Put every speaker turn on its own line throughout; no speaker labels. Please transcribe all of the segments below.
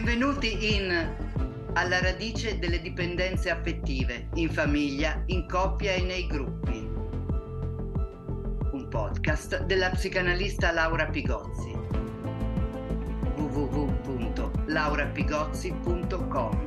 Benvenuti in Alla radice delle dipendenze affettive, in famiglia, in coppia e nei gruppi. Un podcast della psicanalista Laura Pigozzi. www.laurapigozzi.com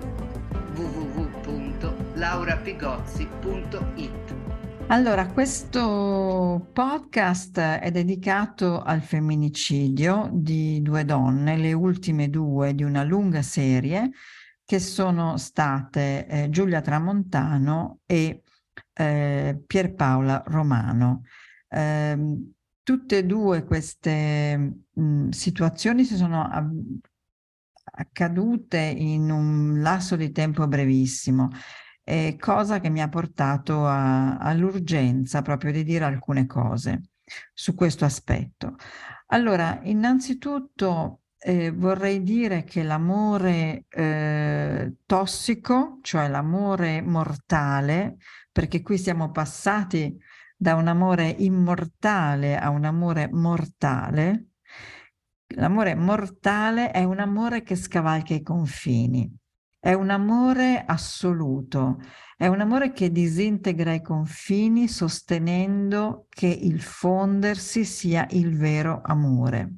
www.laurapigozzi.it.
Allora, questo podcast è dedicato al femminicidio di due donne, le ultime due di una lunga serie, che sono state Giulia Tramontano e Pierpaola Romano. Tutte e due queste situazioni si sono accadute in un lasso di tempo brevissimo. Cosa che mi ha portato all'urgenza proprio di dire alcune cose su questo aspetto. Allora, innanzitutto vorrei dire che l'amore tossico, cioè l'amore mortale, perché qui siamo passati da un amore immortale a un amore mortale. L'amore mortale è un amore che scavalca i confini. È un amore assoluto, è un amore che disintegra i confini sostenendo che il fondersi sia il vero amore.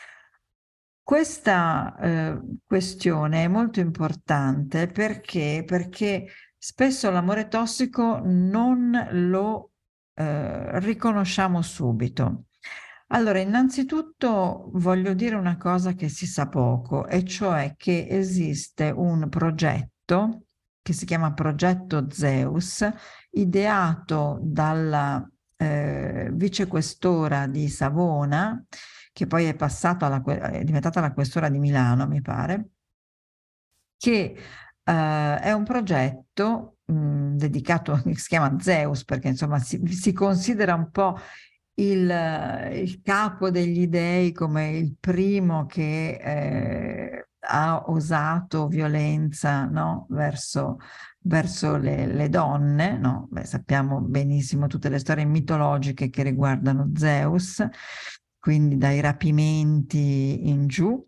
Questa questione è molto importante perché spesso l'amore tossico non lo riconosciamo subito. Allora, innanzitutto voglio dire una cosa che si sa poco, e cioè che esiste un progetto che si chiama Progetto Zeus, ideato dalla vicequestora di Savona, che poi è è diventata la questora di Milano, mi pare, che è un progetto dedicato, che si chiama Zeus, perché insomma si considera un po' il capo degli dei come il primo che ha osato violenza, no? verso le donne, no? Beh, sappiamo benissimo tutte le storie mitologiche che riguardano Zeus, quindi dai rapimenti in giù.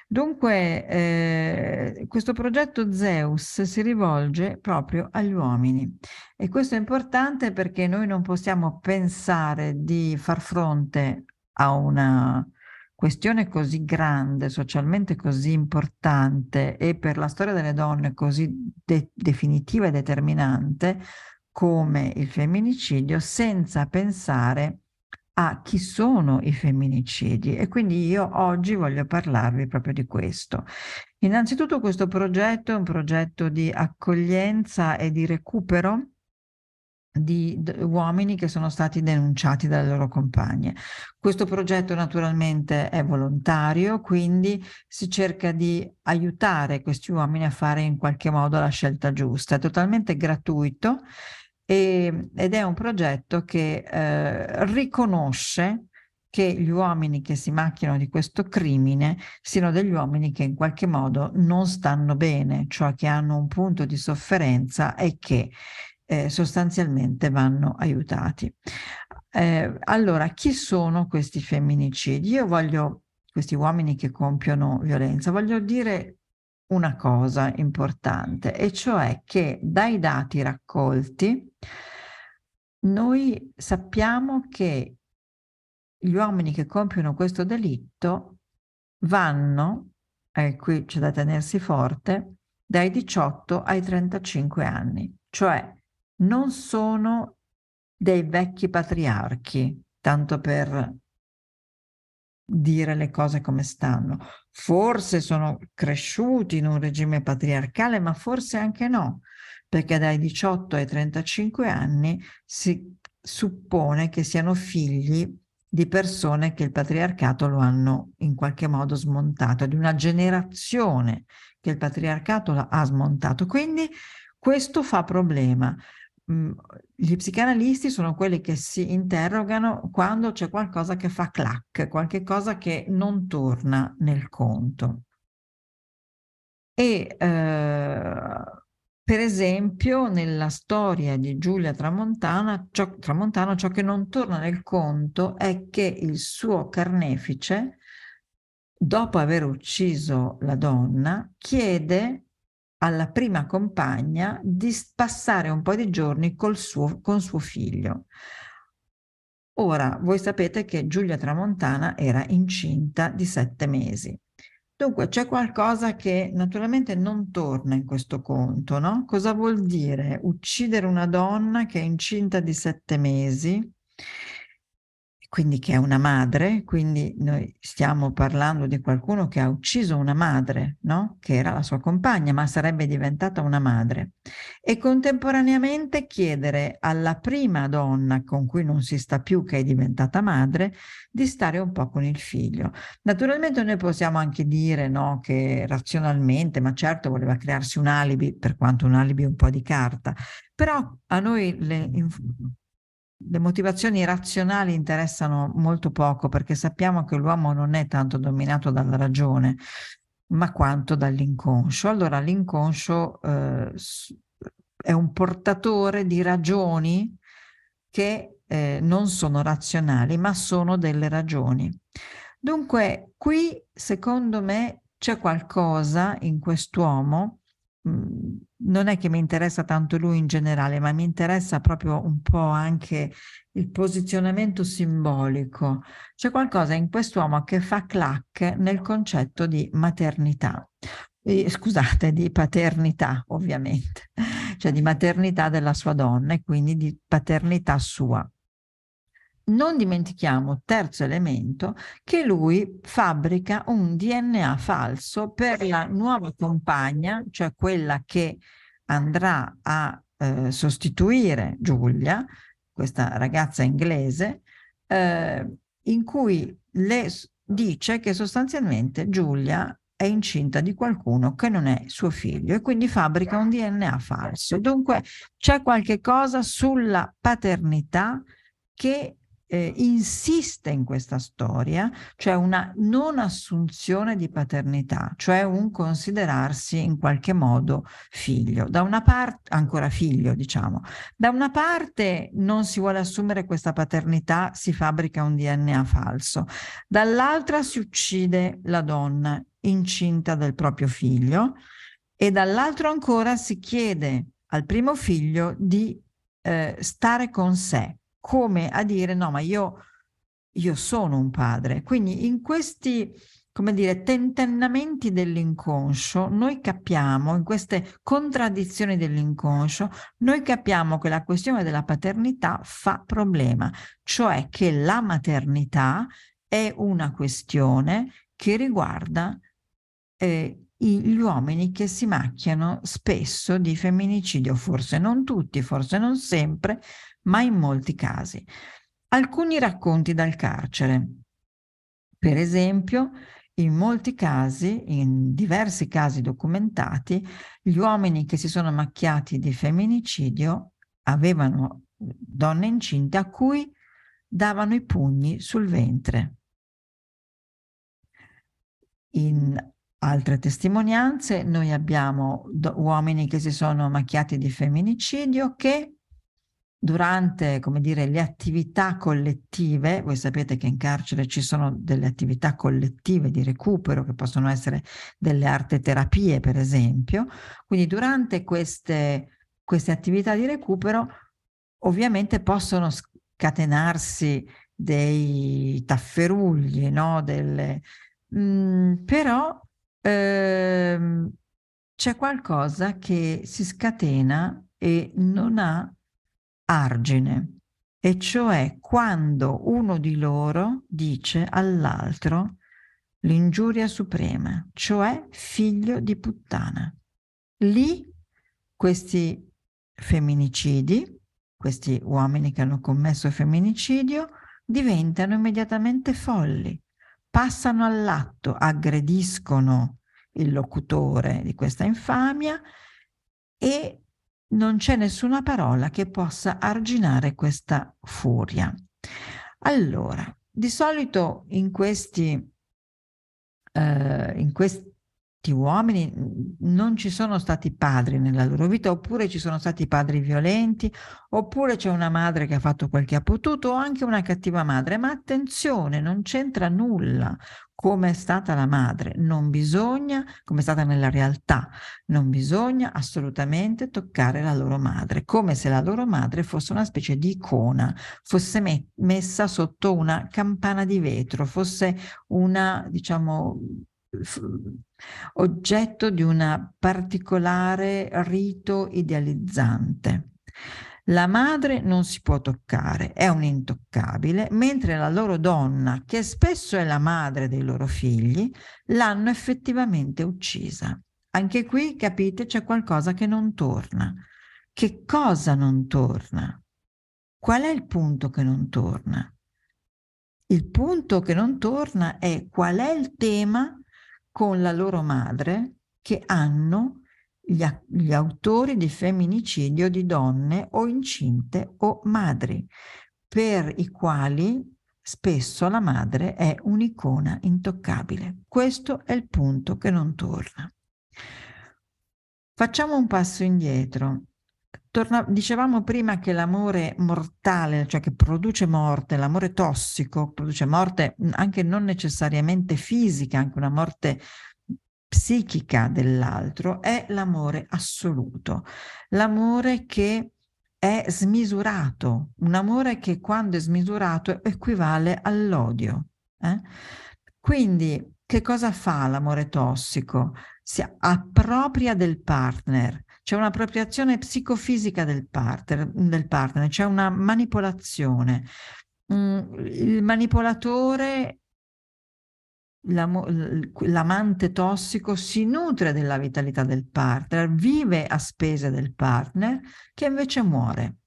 Dunque, questo progetto Zeus si rivolge proprio agli uomini. E questo è importante perché noi non possiamo pensare di far fronte a una questione così grande, socialmente così importante e per la storia delle donne così definitiva e determinante come il femminicidio, senza pensare a chi sono i femminicidi. E quindi io oggi voglio parlarvi proprio di questo. Innanzitutto questo progetto è un progetto di accoglienza e di recupero di uomini che sono stati denunciati dalle loro compagne. Questo progetto naturalmente è volontario, quindi si cerca di aiutare questi uomini a fare in qualche modo la scelta giusta. È totalmente gratuito ed è un progetto che riconosce che gli uomini che si macchiano di questo crimine siano degli uomini che in qualche modo non stanno bene, cioè che hanno un punto di sofferenza e che sostanzialmente vanno aiutati. Allora, chi sono questi femminicidi? Questi uomini che compiono violenza, voglio dire una cosa importante, e cioè che dai dati raccolti noi sappiamo che gli uomini che compiono questo delitto vanno, qui c'è da tenersi forte, dai 18 ai 35 anni, cioè non sono dei vecchi patriarchi, tanto per dire le cose come stanno. Forse sono cresciuti in un regime patriarcale, ma forse anche no, perché dai 18 ai 35 anni si suppone che siano figli di persone che il patriarcato lo hanno in qualche modo smontato, di una generazione che il patriarcato ha smontato. Quindi questo fa problema. Gli psicanalisti sono quelli che si interrogano quando c'è qualcosa che fa clac, qualche cosa che non torna nel conto. E per esempio nella storia di Giulia Tramontano, ciò che non torna nel conto è che il suo carnefice dopo aver ucciso la donna, chiede alla prima compagna di passare un po' di giorni con suo figlio. Ora, voi sapete che Giulia Tramontana era incinta di 7 mesi. Dunque c'è qualcosa che naturalmente non torna in questo conto, no? Cosa vuol dire uccidere una donna che è incinta di 7 mesi? Quindi che è una madre, quindi noi stiamo parlando di qualcuno che ha ucciso una madre, no? Che era la sua compagna, ma sarebbe diventata una madre. E contemporaneamente chiedere alla prima donna con cui non si sta più, che è diventata madre, di stare un po' con il figlio. Naturalmente noi possiamo anche dire, no, che razionalmente, ma certo voleva crearsi un alibi, per quanto un alibi è un po' di carta, però a noi le motivazioni razionali interessano molto poco perché sappiamo che l'uomo non è tanto dominato dalla ragione, ma quanto dall'inconscio. Allora l'inconscio è un portatore di ragioni che non sono razionali, ma sono delle ragioni. Dunque, qui secondo me c'è qualcosa in quest'uomo. Non è che mi interessa tanto lui in generale, ma mi interessa proprio un po' anche il posizionamento simbolico. C'è qualcosa in quest'uomo che fa clac nel concetto di maternità. Scusate, di paternità, ovviamente, cioè di maternità della sua donna e quindi di paternità sua. Non dimentichiamo, terzo elemento, che lui fabbrica un DNA falso per la nuova compagna, cioè quella che andrà a sostituire Giulia, questa ragazza inglese, in cui le dice che sostanzialmente Giulia è incinta di qualcuno che non è suo figlio e quindi fabbrica un DNA falso. Dunque c'è qualche cosa sulla paternità che insiste in questa storia, cioè una non assunzione di paternità, cioè un considerarsi in qualche modo figlio. Da una parte, ancora figlio, diciamo, da una parte non si vuole assumere questa paternità, si fabbrica un DNA falso, dall'altra si uccide la donna incinta del proprio figlio e dall'altro ancora si chiede al primo figlio di stare con sé, come a dire no, ma io sono un padre. Quindi in questi, come dire, tentennamenti dell'inconscio, noi capiamo, in queste contraddizioni dell'inconscio, noi capiamo che la questione della paternità fa problema, cioè che la maternità è una questione che riguarda gli uomini che si macchiano spesso di femminicidio, forse non tutti, forse non sempre, ma in molti casi. Alcuni racconti dal carcere. Per esempio, in molti casi, in diversi casi documentati, gli uomini che si sono macchiati di femminicidio avevano donne incinte a cui davano i pugni sul ventre. In altre testimonianze noi abbiamo uomini che si sono macchiati di femminicidio che durante, come dire, le attività collettive, voi sapete che in carcere ci sono delle attività collettive di recupero che possono essere delle arteterapie, per esempio, quindi durante queste attività di recupero ovviamente possono scatenarsi dei tafferugli, no? Però c'è qualcosa che si scatena e non ha argine, e cioè quando uno di loro dice all'altro l'ingiuria suprema, cioè figlio di puttana. Lì questi femminicidi, questi uomini che hanno commesso femminicidio, diventano immediatamente folli, passano all'atto, aggrediscono il locutore di questa infamia e non c'è nessuna parola che possa arginare questa furia. Allora, di solito in questi molti uomini non ci sono stati padri nella loro vita, oppure ci sono stati padri violenti, oppure c'è una madre che ha fatto quel che ha potuto, o anche una cattiva madre. Ma attenzione, non c'entra nulla come è stata la madre, non bisogna, come è stata nella realtà, non bisogna assolutamente toccare la loro madre, come se la loro madre fosse una specie di icona, fosse messa sotto una campana di vetro, fosse una, diciamo, oggetto di un particolare rito idealizzante. La madre non si può toccare, è un intoccabile, mentre la loro donna, che spesso è la madre dei loro figli, l'hanno effettivamente uccisa. Anche qui, capite, c'è qualcosa che non torna. Che cosa non torna? Qual è il punto che non torna? Il punto che non torna è qual è il tema con la loro madre che hanno gli autori di femminicidio di donne o incinte o madri, per i quali spesso la madre è un'icona intoccabile. Questo è il punto che non torna. Facciamo un passo indietro. Dicevamo prima che l'amore mortale, cioè che produce morte, l'amore tossico produce morte anche non necessariamente fisica, anche una morte psichica dell'altro, è l'amore assoluto, l'amore che è smisurato, un amore che quando è smisurato equivale all'odio. Quindi che cosa fa l'amore tossico? Si appropria del partner, c'è un'appropriazione psicofisica del partner, c'è una manipolazione. Il manipolatore, l'amante tossico si nutre della vitalità del partner, vive a spese del partner che invece muore.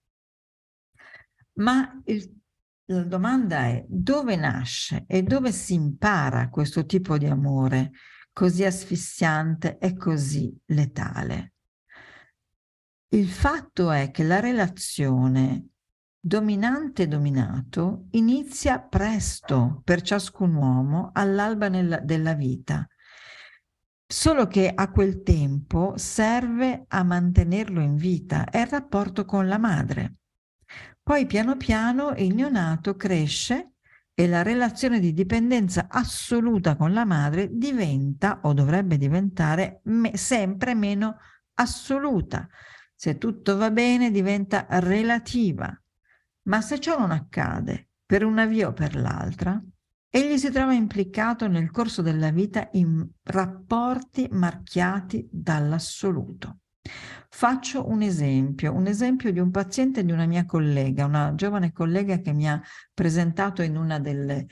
Ma la domanda è: dove nasce e dove si impara questo tipo di amore così asfissiante e così letale? Il fatto è che la relazione dominante-dominato inizia presto per ciascun uomo all'alba della vita, solo che a quel tempo serve a mantenerlo in vita, è il rapporto con la madre. Poi piano piano il neonato cresce e la relazione di dipendenza assoluta con la madre diventa, o dovrebbe diventare, sempre meno assoluta. Se tutto va bene diventa relativa, ma se ciò non accade per una via o per l'altra, egli si trova implicato nel corso della vita in rapporti marchiati dall'assoluto. Faccio un esempio di un paziente di una mia collega, una giovane collega che mi ha presentato in una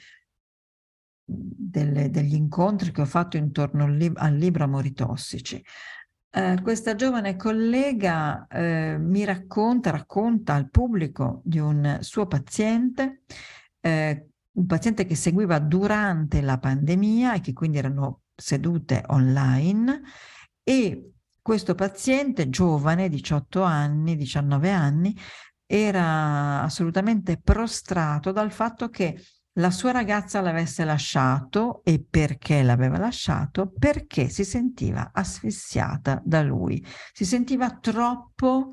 degli incontri che ho fatto intorno al libro Amori tossici. Questa giovane collega mi racconta al pubblico di un suo paziente, un paziente che seguiva durante la pandemia e che quindi erano sedute online, e questo paziente giovane, 18 anni, 19 anni, era assolutamente prostrato dal fatto che la sua ragazza l'avesse lasciato. E perché l'aveva lasciato? Perché si sentiva asfissiata da lui, si sentiva troppo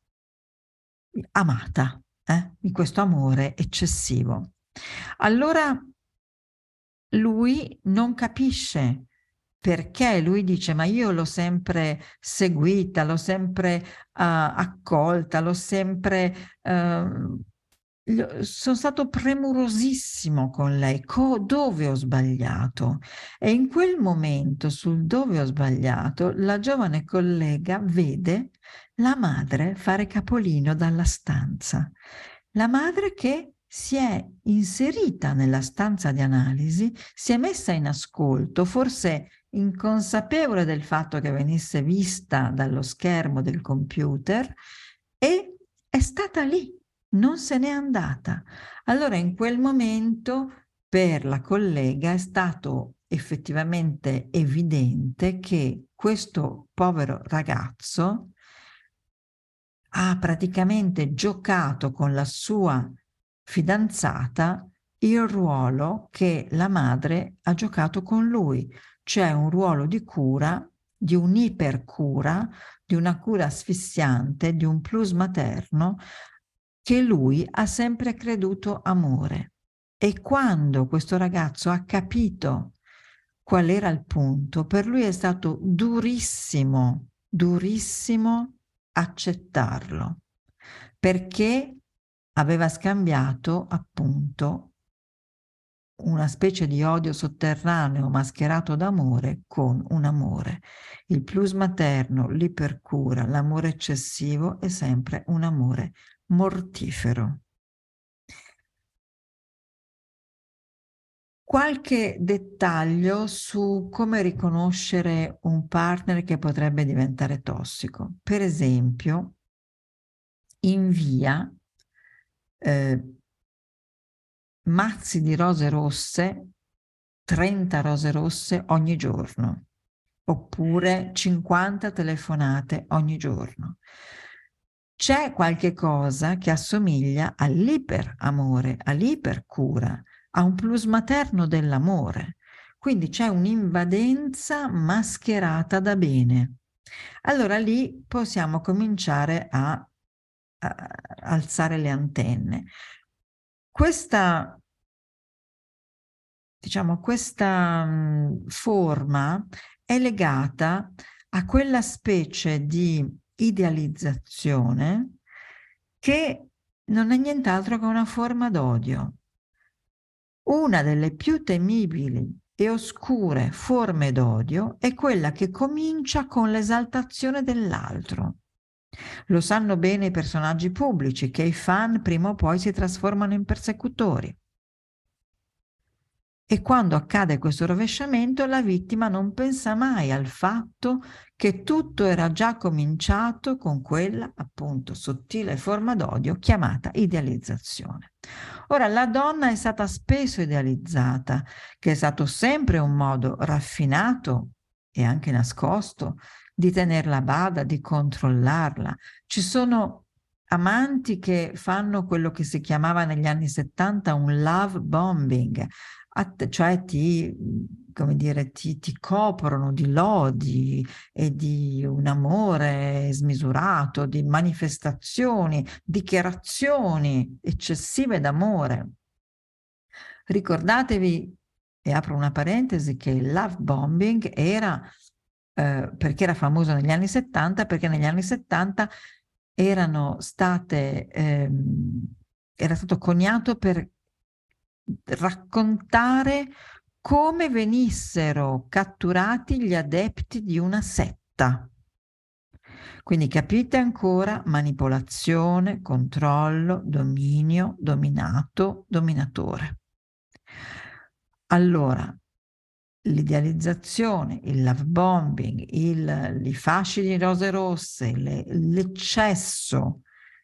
amata, di questo amore eccessivo. Allora lui non capisce perché, lui dice: ma io l'ho sempre seguita, l'ho sempre accolta, l'ho sempre... sono stato premurosissimo con lei. Dove ho sbagliato? E in quel momento, sul dove ho sbagliato, la giovane collega vede la madre fare capolino dalla stanza. La madre che si è inserita nella stanza di analisi, si è messa in ascolto, forse inconsapevole del fatto che venisse vista dallo schermo del computer, e è stata lì, non se n'è andata. Allora in quel momento per la collega è stato effettivamente evidente che questo povero ragazzo ha praticamente giocato con la sua fidanzata il ruolo che la madre ha giocato con lui, cioè un ruolo di cura, di un'ipercura, di una cura asfissiante, di un plus materno che lui ha sempre creduto amore. E quando questo ragazzo ha capito qual era il punto, per lui è stato durissimo, durissimo accettarlo, perché aveva scambiato appunto una specie di odio sotterraneo mascherato d'amore con un amore. Il plus materno, l'ipercura, l'amore eccessivo è sempre un amore mortifero. Qualche dettaglio su come riconoscere un partner che potrebbe diventare tossico. Per esempio, invia mazzi di rose rosse, 30 rose rosse ogni giorno, oppure 50 telefonate ogni giorno. C'è qualche cosa che assomiglia all'iperamore, all'ipercura, a un plus materno dell'amore. Quindi c'è un'invadenza mascherata da bene. Allora lì possiamo cominciare a alzare le antenne. Questa, diciamo, questa forma è legata a quella specie di idealizzazione che non è nient'altro che una forma d'odio. Una delle più temibili e oscure forme d'odio è quella che comincia con l'esaltazione dell'altro. Lo sanno bene i personaggi pubblici che i fan prima o poi si trasformano in persecutori. E quando accade questo rovesciamento, la vittima non pensa mai al fatto che tutto era già cominciato con quella, appunto, sottile forma d'odio chiamata idealizzazione. Ora, la donna è stata spesso idealizzata, che è stato sempre un modo raffinato e anche nascosto di tenerla a bada, di controllarla. Ci sono amanti che fanno quello che si chiamava negli anni 70 un love bombing, cioè come dire, ti coprono di lodi e di un amore smisurato, di manifestazioni, dichiarazioni eccessive d'amore. Ricordatevi, e apro una parentesi, che il love bombing era, perché era famoso negli anni 70, perché negli anni 70 erano state, era stato coniato per raccontare come venissero catturati gli adepti di una setta. Quindi capite ancora manipolazione, controllo, dominio, dominato, dominatore. Allora, l'idealizzazione, il love bombing, i fasci di rose rosse, l'eccesso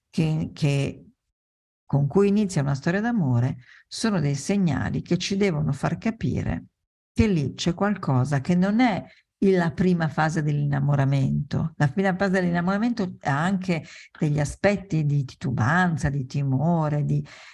con cui inizia una storia d'amore sono dei segnali che ci devono far capire che lì c'è qualcosa che non è la prima fase dell'innamoramento. La prima fase dell'innamoramento ha anche degli aspetti di titubanza, di timore,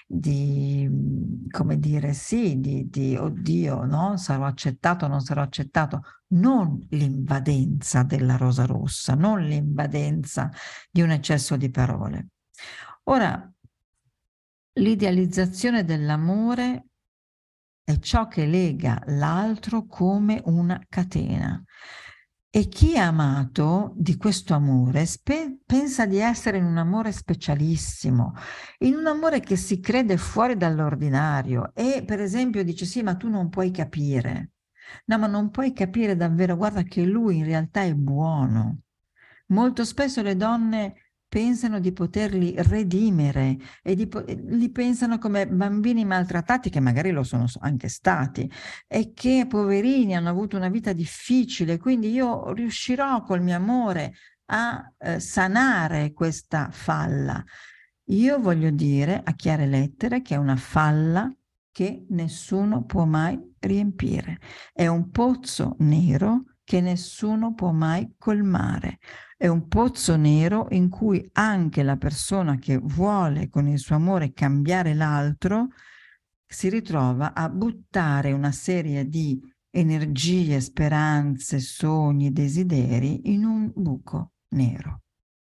come dire, sì, di oddio, no? Sarò accettato o non sarò accettato. Non l'invadenza della rosa rossa, non l'invadenza di un eccesso di parole. Ora, l'idealizzazione dell'amore è ciò che lega l'altro come una catena. E chi è amato di questo amore pensa di essere in un amore specialissimo, in un amore che si crede fuori dall'ordinario e per esempio dice sì, ma tu non puoi capire. No, ma non puoi capire davvero, guarda che lui in realtà è buono. Molto spesso le donne pensano di poterli redimere e li pensano come bambini maltrattati, che magari lo sono anche stati, e che poverini hanno avuto una vita difficile, quindi io riuscirò col mio amore a sanare questa falla. Io voglio dire a chiare lettere che è una falla che nessuno può mai riempire. È un pozzo nero che nessuno può mai colmare. È un pozzo nero in cui anche la persona che vuole con il suo amore cambiare l'altro si ritrova a buttare una serie di energie, speranze, sogni, desideri in un buco nero.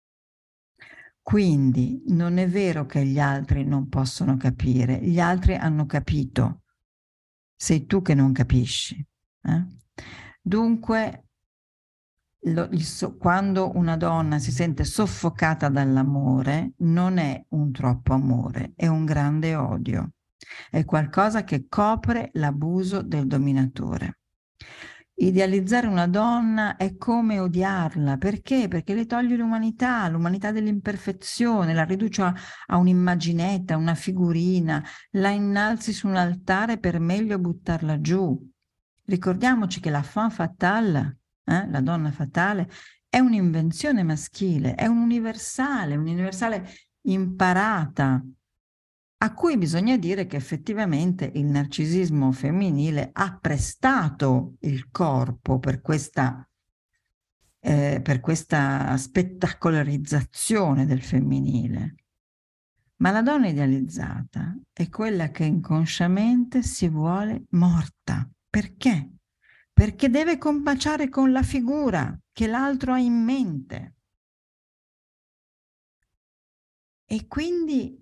Quindi non è vero che gli altri non possono capire, gli altri hanno capito, sei tu che non capisci. Dunque, quando una donna si sente soffocata dall'amore, non è un troppo amore, è un grande odio, è qualcosa che copre l'abuso del dominatore. Idealizzare una donna è come odiarla. Perché? Perché le toglie l'umanità dell'imperfezione, la riduce a un'immaginetta, una figurina, la innalzi su un altare per meglio buttarla giù. Ricordiamoci che la femme fatale, la donna fatale, è un'invenzione maschile, è un'universale imparata, a cui bisogna dire che effettivamente il narcisismo femminile ha prestato il corpo per questa spettacolarizzazione del femminile. Ma la donna idealizzata è quella che inconsciamente si vuole morta. Perché? Perché deve combaciare con la figura che l'altro ha in mente. E quindi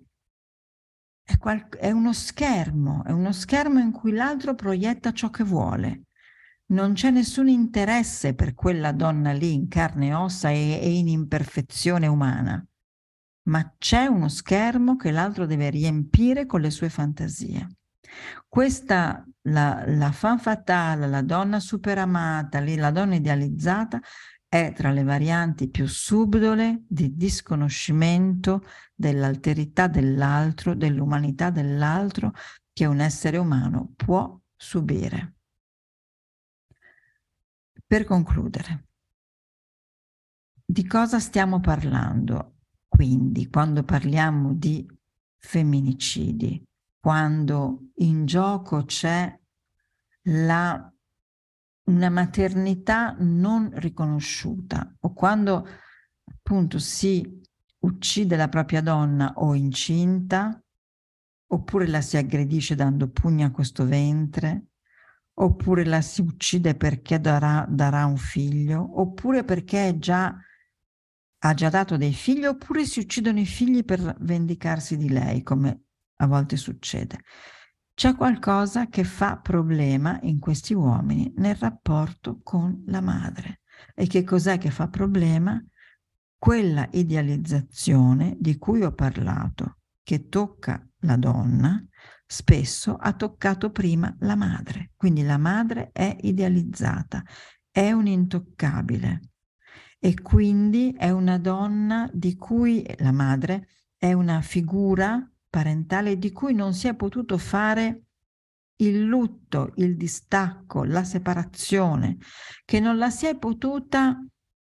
è uno schermo in cui l'altro proietta ciò che vuole. Non c'è nessun interesse per quella donna lì in carne e ossa e in imperfezione umana, ma c'è uno schermo che l'altro deve riempire con le sue fantasie. Questa, la femme fatale, la donna superamata, la donna idealizzata, è tra le varianti più subdole di disconoscimento dell'alterità dell'altro, dell'umanità dell'altro che un essere umano può subire. Per concludere, di cosa stiamo parlando? Quindi, quando parliamo di femminicidi, quando in gioco c'è una maternità non riconosciuta o quando appunto si uccide la propria donna o incinta, oppure la si aggredisce dando pugni a questo ventre, oppure la si uccide perché darà un figlio, oppure perché ha già dato dei figli, oppure si uccidono i figli per vendicarsi di lei, come a volte succede. C'è qualcosa che fa problema in questi uomini nel rapporto con la madre. E che cos'è che fa problema? Quella idealizzazione di cui ho parlato, che tocca la donna, spesso ha toccato prima la madre. Quindi la madre è idealizzata, è un intoccabile e quindi è una donna di cui la madre è una figura parentale di cui non si è potuto fare il lutto, il distacco, la separazione, che non la si è potuta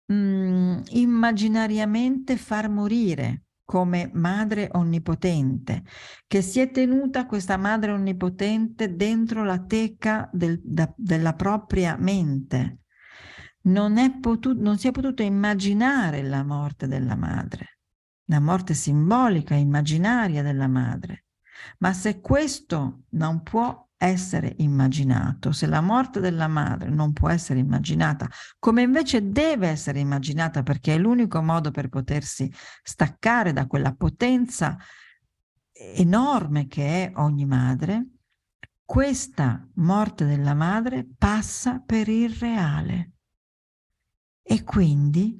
immaginariamente far morire come madre onnipotente, che si è tenuta questa madre onnipotente dentro la teca della propria mente. Non si è potuto immaginare la morte della madre, la morte simbolica, immaginaria della madre. Ma se questo non può essere immaginato, se la morte della madre non può essere immaginata, come invece deve essere immaginata perché è l'unico modo per potersi staccare da quella potenza enorme che è ogni madre, questa morte della madre passa per il reale. E quindi,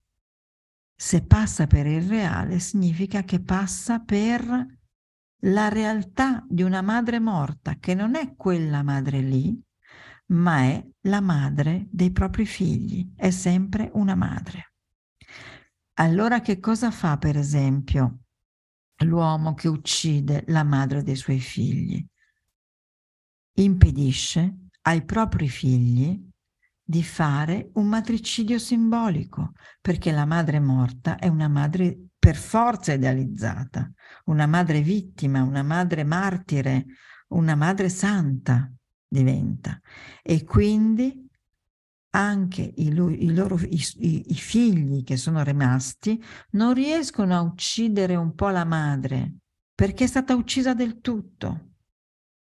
se passa per il reale, significa che passa per la realtà di una madre morta, che non è quella madre lì, ma è la madre dei propri figli, è sempre una madre. Allora che cosa fa, per esempio, l'uomo che uccide la madre dei suoi figli? Impedisce ai propri figli di fare un matricidio simbolico, perché la madre morta è una madre per forza idealizzata, una madre vittima, una madre martire, una madre santa diventa. E quindi anche i figli che sono rimasti non riescono a uccidere un po' la madre, perché è stata uccisa del tutto.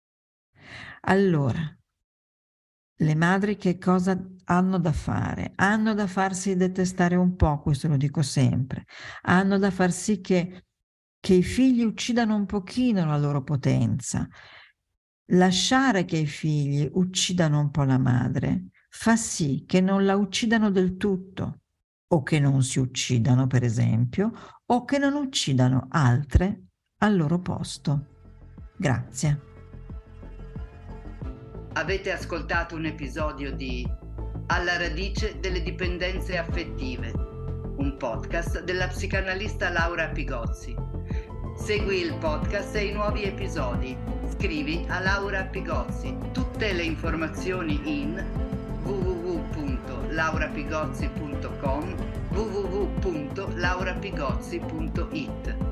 Allora, le madri che cosa hanno da fare? Hanno da farsi detestare un po', questo lo dico sempre. Hanno da far sì che i figli uccidano un pochino la loro potenza. Lasciare che i figli uccidano un po' la madre fa sì che non la uccidano del tutto, o che non si uccidano, per esempio, o che non uccidano altre al loro posto. Grazie.
Avete ascoltato un episodio di Alla radice delle dipendenze affettive, un podcast della psicanalista Laura Pigozzi. Segui il podcast e i nuovi episodi. Scrivi a Laura Pigozzi. Tutte le informazioni in www.laurapigozzi.com, www.laurapigozzi.it.